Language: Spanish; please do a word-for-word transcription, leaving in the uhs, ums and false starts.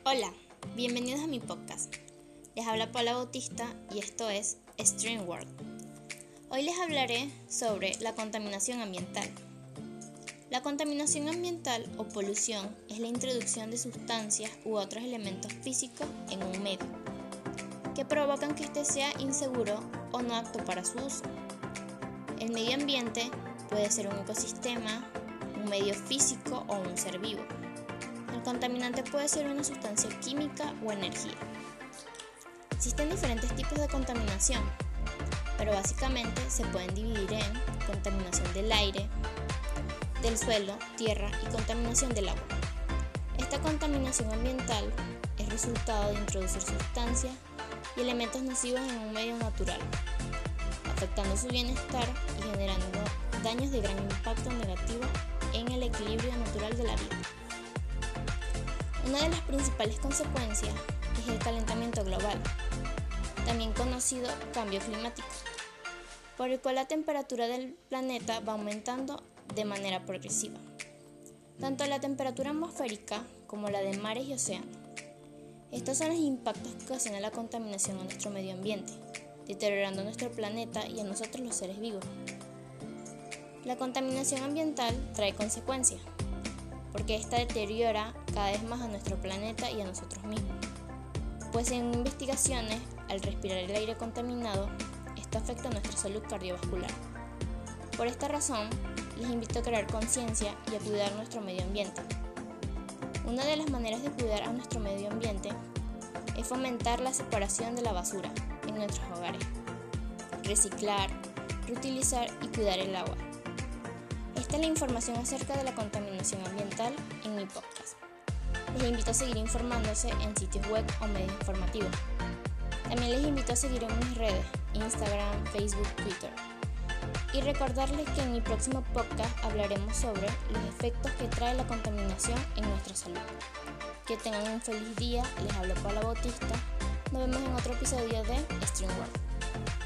Hola, bienvenidos a mi podcast. Les habla Paula Bautista y esto es Stream World. Hoy les hablaré sobre la contaminación ambiental. La contaminación ambiental o polución es la introducción de sustancias u otros elementos físicos en un medio, que provocan que éste sea inseguro o no apto para su uso. El medio ambiente puede ser un ecosistema, un medio físico o un ser vivo. El contaminante puede ser una sustancia química o energía. Existen diferentes tipos de contaminación, pero básicamente se pueden dividir en contaminación del aire, del suelo, tierra y contaminación del agua. Esta contaminación ambiental es resultado de introducir sustancias y elementos nocivos en un medio natural, afectando su bienestar y generando daños de gran impacto negativo en el equilibrio natural de la vida. Una de las principales consecuencias es el calentamiento global, también conocido cambio climático, por el cual la temperatura del planeta va aumentando de manera progresiva, tanto la temperatura atmosférica como la de mares y océanos. Estos son los impactos que ocasiona la contaminación a nuestro medio ambiente, deteriorando nuestro planeta y a nosotros los seres vivos. La contaminación ambiental trae consecuencias, porque esta deteriora cada vez más a nuestro planeta y a nosotros mismos. Pues en investigaciones, al respirar el aire contaminado, esto afecta a nuestra salud cardiovascular. Por esta razón, les invito a crear conciencia y a cuidar nuestro medio ambiente. Una de las maneras de cuidar a nuestro medio ambiente es fomentar la separación de la basura en nuestros hogares, reciclar, reutilizar y cuidar el agua. Esta es la información acerca de la contaminación ambiental en mi podcast. Les invito a seguir informándose en sitios web o medios informativos. También les invito a seguir en mis redes, Instagram, Facebook, Twitter. Y recordarles que en mi próximo podcast hablaremos sobre los efectos que trae la contaminación en nuestra salud. Que tengan un feliz día, les hablo Paula Bautista. Nos vemos en otro episodio de Stream World.